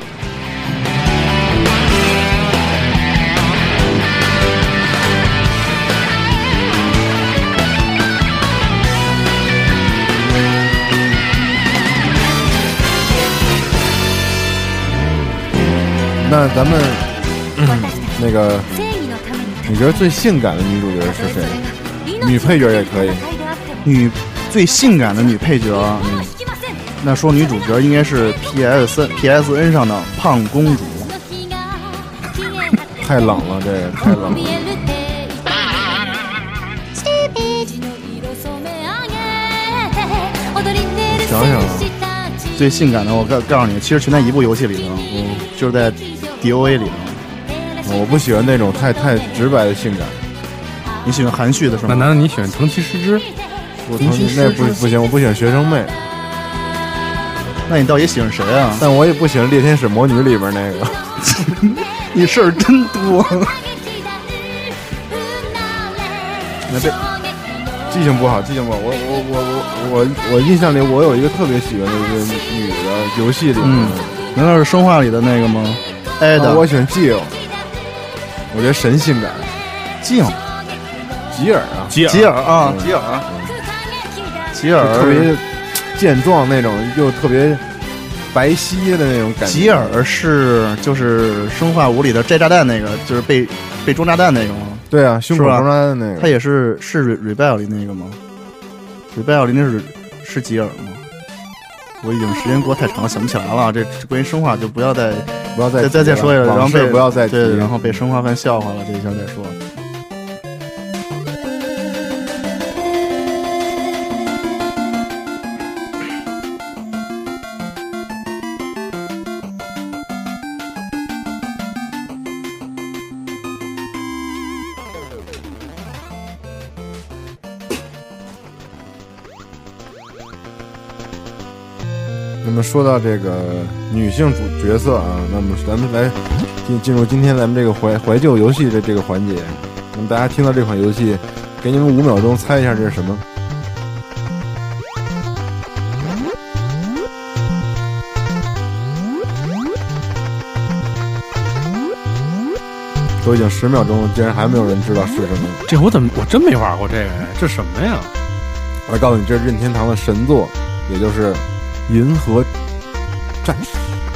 那咱们那个，你觉得最性感的女主角是谁？女配角也可以。 最性感的女配角，那说女主角应该是 PSN 上的胖公主。 太冷了，这个太冷了。想想啊， 最性感的，我告诉你，其实全在一部游戏里头，就是在 DOA 里头。 我不喜欢那种太直白的性感。 你喜欢含蓄的是吗？ 那难道你喜欢藤崎诗织？ 那不行，我不喜欢学生妹。 那你到底喜欢谁啊？ 但我也不喜欢《猎天使魔女》里边那个。 你事儿真多。 那这记性不好。我印象里，我有一个特别喜欢的一个女的游戏里面， 难道是生化里的那个吗？ 我喜欢吉尔，我觉得神性感。 吉尔特别健壮那种，又特别白皙的那种感觉。 吉尔就是生化5里的摘炸弹那个，就是被装炸弹那个吗？ 对啊，胸口装炸弹那个。 他也是 Rebel 里那个吗？Rebel 里那是吉尔吗？我已经时间过太长了，想不起来了。这关于生化就不要再说一下，然后不要再提， 对，然后被生化饭笑话了，这一下再说。 那么说到这个女性角色啊，那么咱们来进入今天咱们这个怀旧游戏的这个环节。那么大家听到这款游戏，给你们5秒钟猜一下这是什么。都已经10秒钟了，竟然还没有人知道是什么。 我真没玩过这个呀？这什么呀？ 我来告诉你，这是任天堂的神作，也就是银河战士。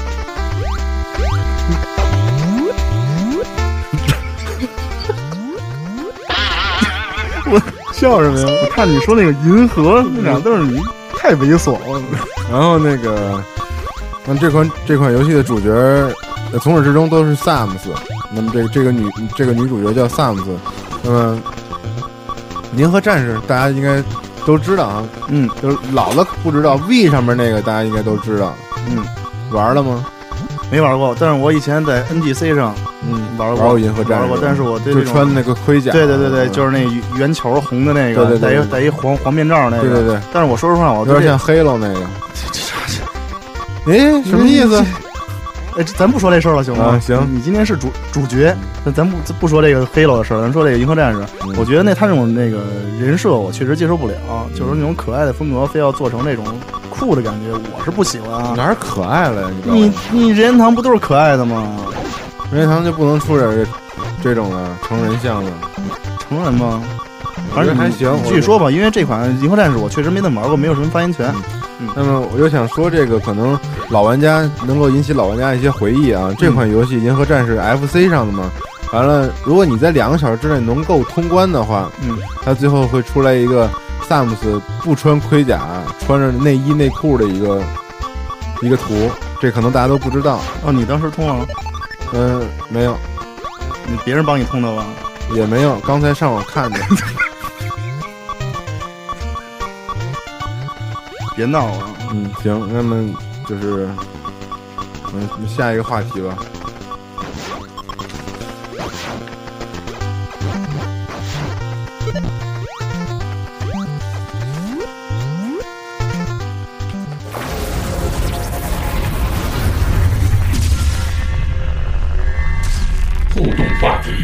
我笑什么呀？我看你说那个银河那俩字儿，你太猥琐了。 然后那这款游戏的主角，从始至终都是 Samus。那么这个女主角叫 Samus。那么银河战士大家应该都知道啊，就是老的不知道 ，V 上面那个大家应该都知道，玩了吗？ 没玩过，但是我以前在 NGC 上，玩过银河战士， 但是我对就穿那个盔甲， 对，就是那圆球红的那个，戴一黄面罩那个， 对。 但是我说实话，我有点像 Halo 那个，什么意思？ 哎，咱不说这事儿了，行吗？ 啊行你今天是主角，咱不说这个 Halo 的事儿，咱说这个银河战士。我觉得他这种那个人设，我确实接受不了，就是那种可爱的风格，非要做成那种酷的感觉，我是不喜欢啊。 哪儿可爱了呀？ 你任天堂不都是可爱的吗？ 任天堂就不能出点这种的成人像的？ 成人吗？ 反正还行。 继续说吧，因为这款银河战士我确实没怎么玩过，没有什么发言权。 那么我就想说，这个可能老玩家能够引起老玩家一些回忆啊。这款游戏《银河战士》FC 上的嘛，完了，如果你在2个小时之内能够通关的话，它最后会出来一个萨姆斯不穿盔甲，穿着内衣内裤的一个图，这可能大家都不知道。 哦，你当时通了吗？ 没有。 你别人帮你通的吧？ 也没有，刚才上网看的。 别闹了。 行，那么就是下一个话题吧。 互动话题。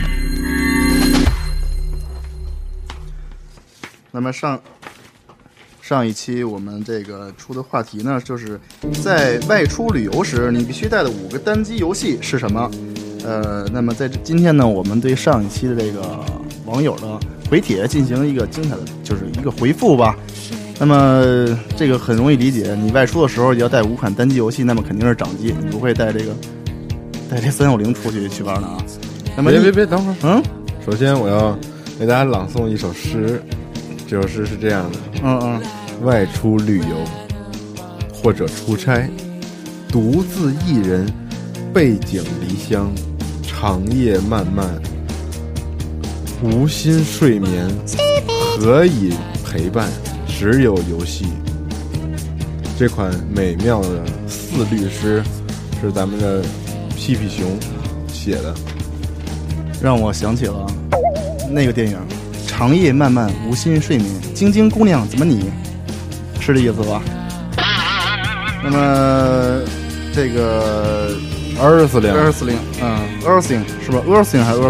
那么上一期我们这个出的话题呢，就是在外出旅游时你必须带的5个单机游戏是什么？那么在今天呢，我们对上一期的这个网友的回帖进行一个精彩的，就是一个回复吧。那么这个很容易理解，你外出的时候也要带5款单机游戏，那么肯定是掌机，你不会带这360出去玩的啊。那么别，等会儿。首先我要给大家朗诵一首诗，这首诗是这样的。外出旅游或者出差，独自一人，背井离乡，长夜漫漫，无心睡眠，何以陪伴？只有游戏。这款美妙的4律诗是咱们的屁屁熊写的， 让我想起了那个电影《长夜漫漫无心睡眠》，晶晶姑娘怎么你？是这意思吧？那么这个 Earthling， Earthling 是吧 ？Earthling 还是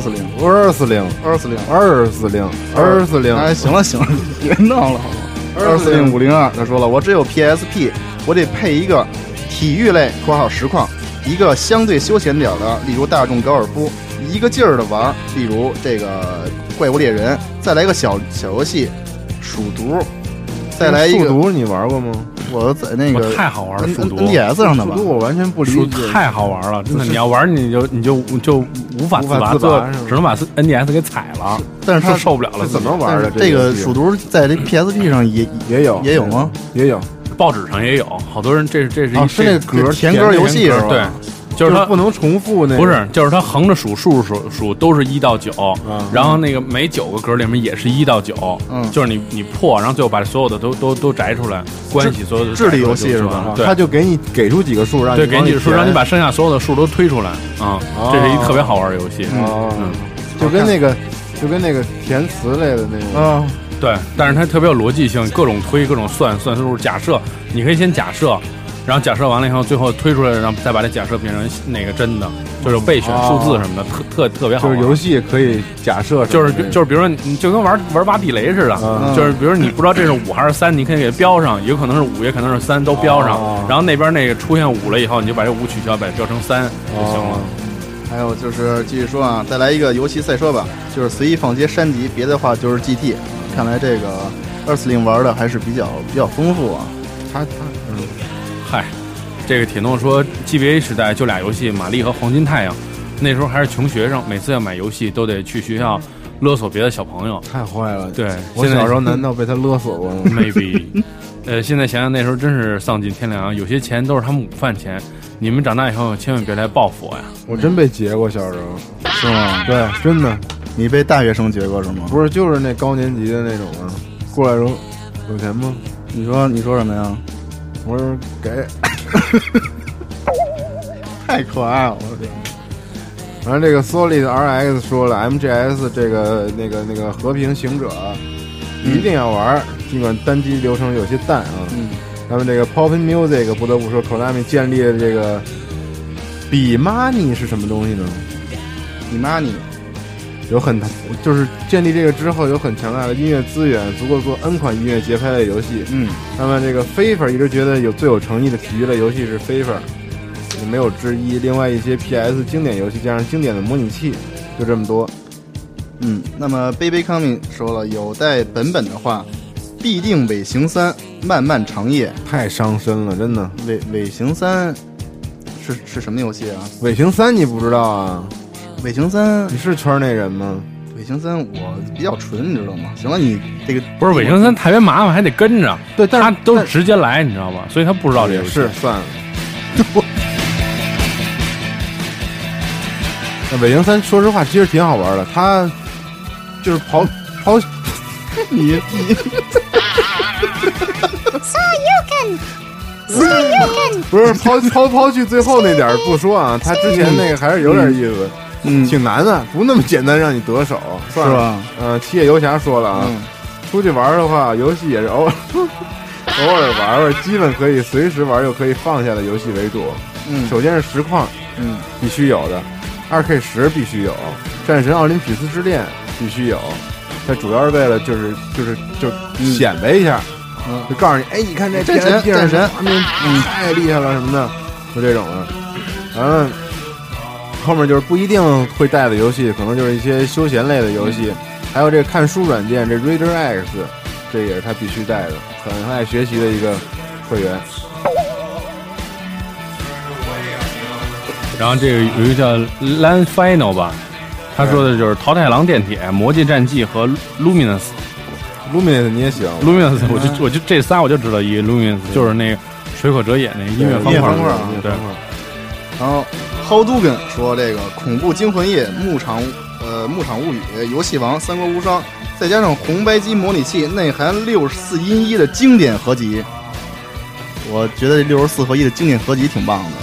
Earthling？ 哎，行了，别闹了，好吗？Earthling 502他说了，我只有 PSP， 我得配一个体育类（括号实况），一个相对休闲点的，例如大众高尔夫，一个劲儿的玩，例如这个怪物猎人，再来一个小游戏数独。再来一个数独，你玩过吗？ 我在那个太好玩了，数独 NDS 上的吧。 数独我完全不理解， 太好玩了，真的。你要玩你就无法自拔，只能把 NDS 给踩了。 但是他受不了了， 怎么玩的？ 这个数独在这 PSP 上也有吗？ 也有， 报纸上也有，好多人这是一是那个格填歌游戏是吧？ 对。就是它不能重复那个， 不是，就是它横着数都是1到9，然后那个每9个格里面也是1到9，就是你破，然后最后把所有的都摘出来，关系所有的智力游戏是吧？ 他就给出几个数，让你给你数，让你把剩下所有的数都推出来啊！这是一特别好玩的游戏， 就跟那个填词类的那种对，但是它特别有逻辑性，各种推各种算数，假设你可以先假设。然后假设完了以后，最后推出来，然后再把这假设变成那个真的，就是备选数字什么的，特别好玩。 就是游戏可以假设， 就是比如说你就跟玩挖地雷似的，就是比如说你不知道这是5还是3，你可以给它标上，有可能是5，也可能是3，都标上。然后那边那个出现5了以后，你就把这5取消，把它标成3就行了。 还有就是继续说啊，再来一个游戏赛车吧，就是随意放些山级，别的话就是 GT。看来这个Earthling玩的还是比较丰富啊。 嗨，这个铁诺说 GBA 时代就俩游戏，玛丽和黄金太阳。那时候还是穷学生，每次要买游戏都得去学校勒索别的小朋友， 太坏了。 对， 我小时候难道被他勒索过吗 ？Maybe。现在想想那时候真是丧尽天良，有些钱都是他们午饭钱。你们长大以后千万别来报复我呀！ 我真被劫过，小时候。 是吗？ 对，真的。 你被大学生劫过是吗？ 不是，就是那高年级的那种啊。过来说有钱吗？ 你说什么呀？ 我说给。 太可爱了，我天！ 反正这个 Solid RX 说了 ，MGS 这个那个和平行者一定要玩，尽管单机流程有些淡啊。他们这个 Poppin Music 不得不说 ，Konami 建立了这个比 money 是什么东西呢？ 比 money 就是建立这个之后有很强大的音乐资源，足够做 N 款音乐节拍类游戏。那么这个 FIFA 一直觉得最有诚意的体育类游戏是 FIFA， 没有之一。另外一些 PS 经典游戏加上经典的模拟器，就这么多。 那么贝贝康明说了，有待本的话，必定尾行3漫漫长夜。 太伤身了，真的。 尾行3是什么游戏啊？ 尾行3你不知道啊？ 尾行3， 你是圈内人吗？ 尾行3我比较纯，你知道吗？行了，你这个不是尾行3特别麻烦，还得跟着。 对，但他都是直接来，你知道吗？所以他不知道这个是算了。那尾行3说实话其实挺好玩的，他就是跑你不是抛去最后那点不说啊，他之前那个还是有点意思。挺难的，不那么简单让你得手， 是吧？ 七叶游侠说了啊，出去玩的话，游戏也是偶尔玩，基本可以随时玩又可以放下的游戏为主。首先是实况，必须有的，2K10必须有，战神奥林匹斯之恋必须有，它主要是为了就显摆一下，就告诉你，哎，你看这战神画面太厉害了什么的，就这种的。完了。后面就是不一定会带的游戏，可能就是一些休闲类的游戏，还有这个看书软件，这 Reader X， 这也是他必须带的，很爱学习的一个会员。 然后这个有一个叫 Land Final 吧，他说的就是桃太郎电铁、魔界战记和 Luminous 你也行 Luminous， 我就这仨我就知道一 Luminous， 就是那个水可哲也那音乐方块，对。 然后浩都根说这个恐怖惊魂夜、牧场物语、游戏王、三国无双，再加上红白机模拟器，内含64音1的经典合集。我觉得这64合1的经典合集挺棒的。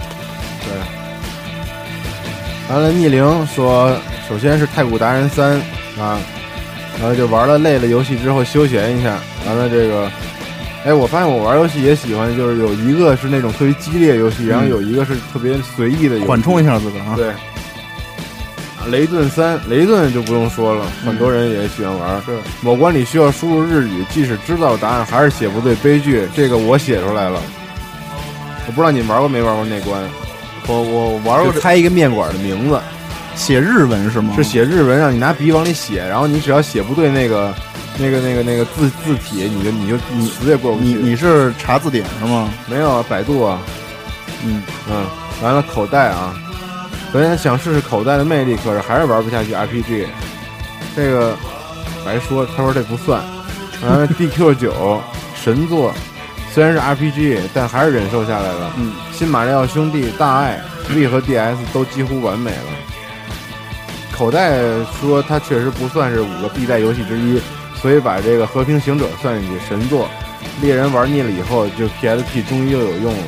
对。完了，逆龄说，首先是太古达人3啊，然后就玩了累了游戏之后休闲一下。完了这个。哎，我发现我玩游戏也喜欢，就是有一个是那种特别激烈游戏，然后有一个是特别随意的游戏， 缓冲一下自个儿啊。 对，雷顿3，雷顿就不用说了，很多人也喜欢玩。 是某关里需要输入日语，即使知道答案还是写不对，悲剧。这个我写出来了，我不知道你玩过没玩过那关。 我玩过， 猜一个面馆的名字， 写日文是吗？ 是写日文，让你拿笔往里写，然后你只要写不对那个字体，你死也过不去。 你是查字典是吗？ 没有啊，百度啊。完了口袋啊，本来想试试口袋的魅力，可是还是玩不下去 RPG。这个白说，他说这不算。完了 DQ9 神作，虽然是 RPG， 但还是忍受下来了。新马里奥兄弟、大爱、V 和 DS 都几乎完美了。口袋说它确实不算是5个必带游戏之一。所以把这个和平行者算进去，神作。猎人玩腻了以后，就 PSP 终于又有用了。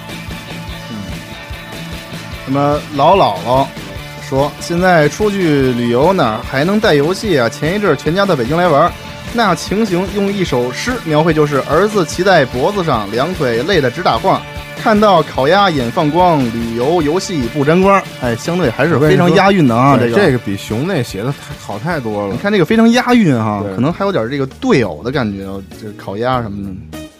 那么老姥姥说，现在出去旅游哪还能带游戏啊？前一阵全家到北京来玩，那情形用一首诗描绘，就是儿子骑在脖子上，两腿累得直打晃，看到烤鸭眼放光，旅游游戏不沾光。哎，相对还是非常押韵的啊。 这个比熊那写的好太多了。 你看这个非常押韵哈，可能还有点这个对偶的感觉，这烤鸭什么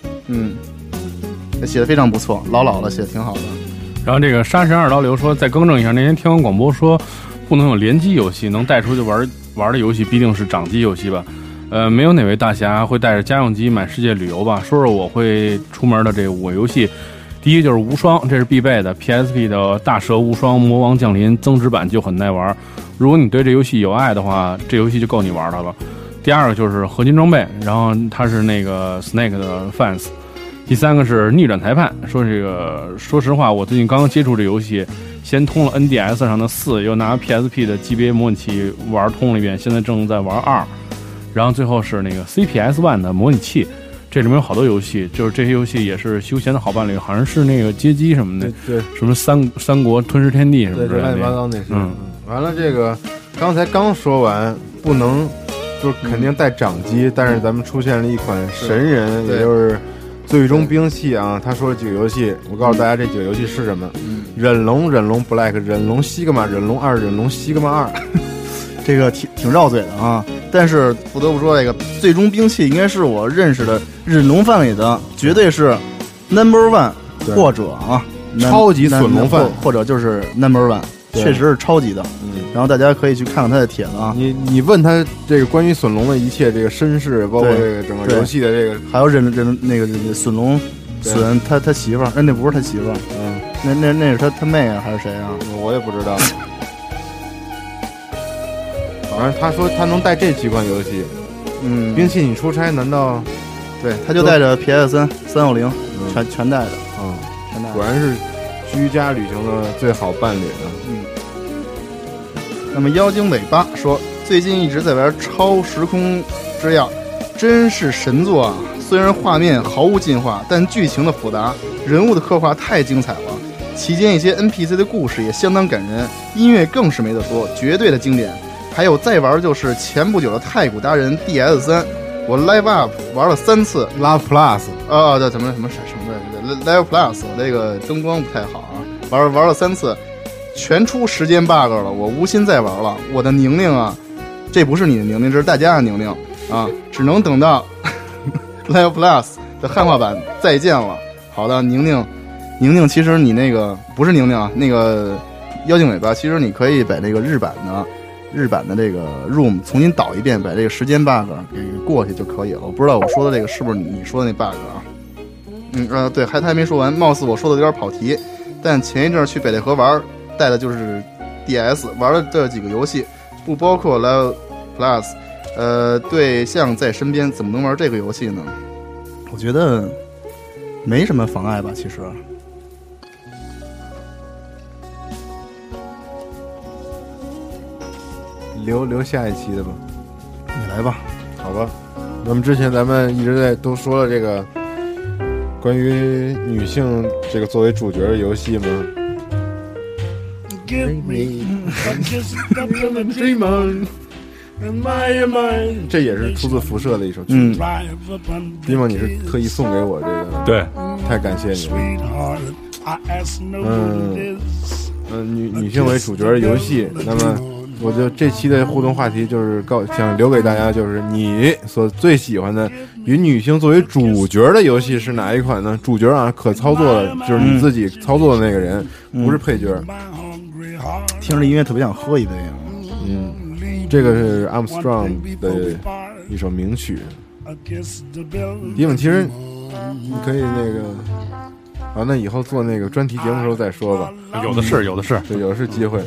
的。写的非常不错，老姥姥写的挺好的。 然后这个杀神2刀流说，再更正一下，那天听完广播说不能有联机游戏，能带出去玩的游戏必定是掌机游戏吧。没有哪位大侠会带着家用机满世界旅游吧。说说我会出门的这5个游戏。第一就是无双，这是必备的 PSP 的大蛇无双魔王降临增值版就很耐玩，如果你对这游戏有爱的话，这游戏就够你玩的了。第二个就是合金装备，然后它是那个 Snake 的 fans。第三个是逆转裁判，说这个说实话，我最近刚刚接触这游戏，先通了 NDS 上的4，又拿 PSP 的 GBA 模拟器玩通了一遍，现在正在玩2，然后最后是那个 CPS One 的模拟器。这里面有好多游戏，就是这些游戏也是休闲的好伴侣，好像是那个街机什么的， 对， 什么三国吞噬天地什么之类的， 乱七八糟那些。完了，这个刚才刚说完，不能就是肯定带掌机，但是咱们出现了一款神人，也就是最终兵器啊，他说了几个游戏，我告诉大家这几个游戏是什么。忍龙 Black 忍龙西格玛忍龙2忍龙西格玛2， 这个挺绕嘴的啊。但是不得不说，这个最终兵器应该是我认识的忍龙范里的绝对是 No.1， 或者啊超级损龙范， 或者就是 No.1， 确实是超级的。然后大家可以去看看他的帖子啊。 你问他这个关于损龙的一切这个身世，包括这个整个游戏的这个， 还有那个损龙损他媳妇儿，那不是他媳妇儿，那是他妹啊还是谁啊？ 我也不知道。反正他说他能带这几款游戏，兵器你出差难道？ 对，他就带着 PS3、360，全带着，全带着。 果然是居家旅行的最好伴侣啊。 那么妖精尾巴说，最近一直在玩超时空之钥，真是神作啊！虽然画面毫无进化，但剧情的复杂，人物的刻画太精彩了。期间一些 NPC 的故事也相当感人，音乐更是没得说，绝对的经典。还有再玩就是前不久的太古达人 DS3，我 Live Up 玩了3次 ，Live Plus 啊，对，什么 Live Plus， 我这个灯光不太好啊，玩了3次。全出时间 bug 了，我无心再玩了。我的宁宁啊，这不是你的宁宁，这是大家的宁宁啊，只能等到Live Plus 的汉化版再见了。好的，宁宁，其实你那个不是宁宁啊，那个妖精尾巴，其实你可以把这个日版的这个 ROM 重新导一遍，把这个时间 bug 给过去就可以了。我不知道我说的这个是不是你说的那 bug 啊？对，他还没说完，貌似我说的有点跑题，但前一阵去北戴河玩。带的就是 DS 玩了这几个游戏，不包括 Live Plus。对象在身边，怎么能玩这个游戏呢？我觉得没什么妨碍吧，其实。 留下一期的吧， 你来吧， 好吧。那么之前咱们一直在都说了这个关于女性这个作为主角的游戏嘛。这也是出自辐射的一首曲子。迪蒙，你是特意送给我这个， 对， 太感谢你了。女性为主角的游戏，那么我就这期的互动话题就是想留给大家，就是你所最喜欢的以女性作为主角的游戏是哪一款呢？主角啊，可操作的，就是你自己操作的那个人，不是配角。 听着音乐特别想喝一杯啊。 这个是 Armstrong 的一首名曲。迪蒙，其实你可以那个那以后做那个专题节目的时候再说吧。 有的是， 对，有的是机会。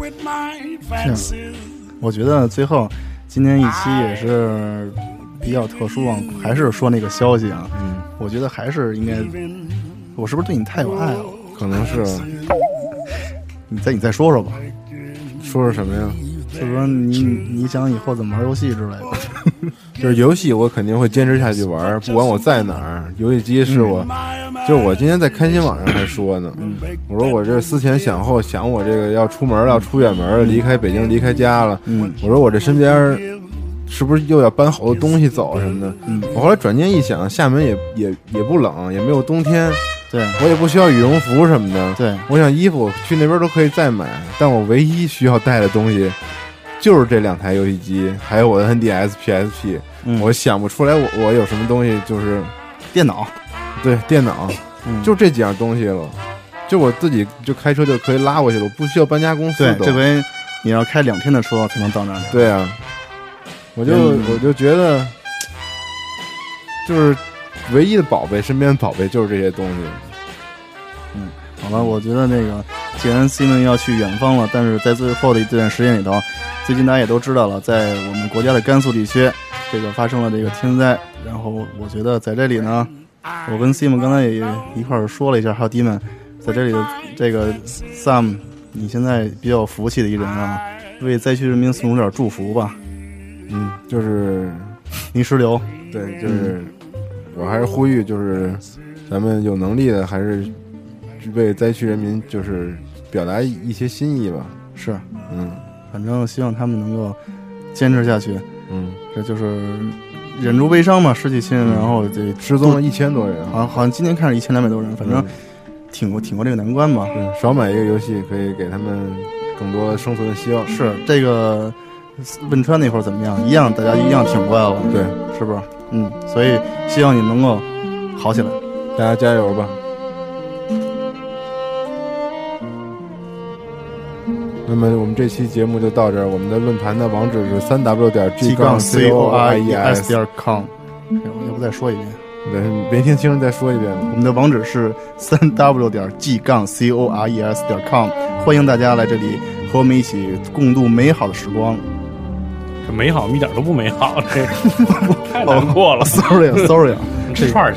我觉得最后今天一期也是比较特殊啊，还是说那个消息啊。我觉得还是应该，我是不是对你太有爱了？ 可能是。 你再说说吧。 说什么呀？ 就是说你想以后怎么玩游戏之类的。 就是游戏我肯定会坚持下去玩，不管我在哪儿。游戏机是我，就是我今天在开心网上还说呢，我说我这思前想后，想我这个要出门要出远门，离开北京离开家了，我说我这身边是不是又要搬好多东西走什么的？我后来转念一想，厦门也不冷，也没有冬天。 对， 我也不需要羽绒服什么的。 对， 我想衣服去那边都可以再买，但我唯一需要带的东西就是这2台游戏机，还有我的 NDS、PSP。我想不出来我有什么东西，就是电脑。 对，电脑，就这几样东西了。就我自己就开车就可以拉过去了，我不需要搬家公司。 对，这回你要开2天的车才能到那儿。 对啊，我就觉得，就是唯一的宝贝，身边的宝贝就是这些东西。 好了，我觉得那个既然 Simon 要去远方了，但是在最后的这段时间里头，最近大家也都知道了，在我们国家的甘肃地区，这个发生了这个天灾。然后我觉得在这里呢，我跟 Simon 刚才也一块儿说了一下，还有 Dimon 在这里的这个 Sam， 你现在比较有福气的一人啊，为灾区人民送出点祝福吧。 就是泥石流。 对，就是我还是呼吁，就是咱们有能力的还是为灾区人民就是表达一些心意吧。 是，反正希望他们能够坚持下去。这就是忍住悲伤嘛，失去亲人，然后这失踪了1000多人， 好像今年看是1200多人，反正挺过这个难关吧。 少买一个游戏可以给他们更多生存的希望。 是这个汶川那会儿怎么样？一样，大家一样挺过来了， 对， 是不是？所以希望你能够好起来， 大家加油吧。那么我们这期节目就到这儿，我们的论坛的网址是3w.g-corees.com。 要不再说一遍？ 对，没听清，再说一遍。 我们的网址是3w.g-corees.com， 欢迎大家来这里和我们一起共度美好的时光。 这美好一点都不美好，这太难过了。 sorry， 吃串。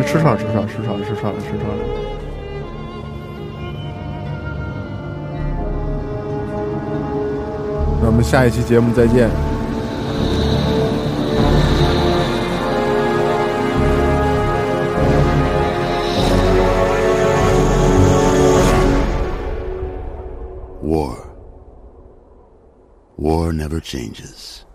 那我们下一期节目再见。 War never changes.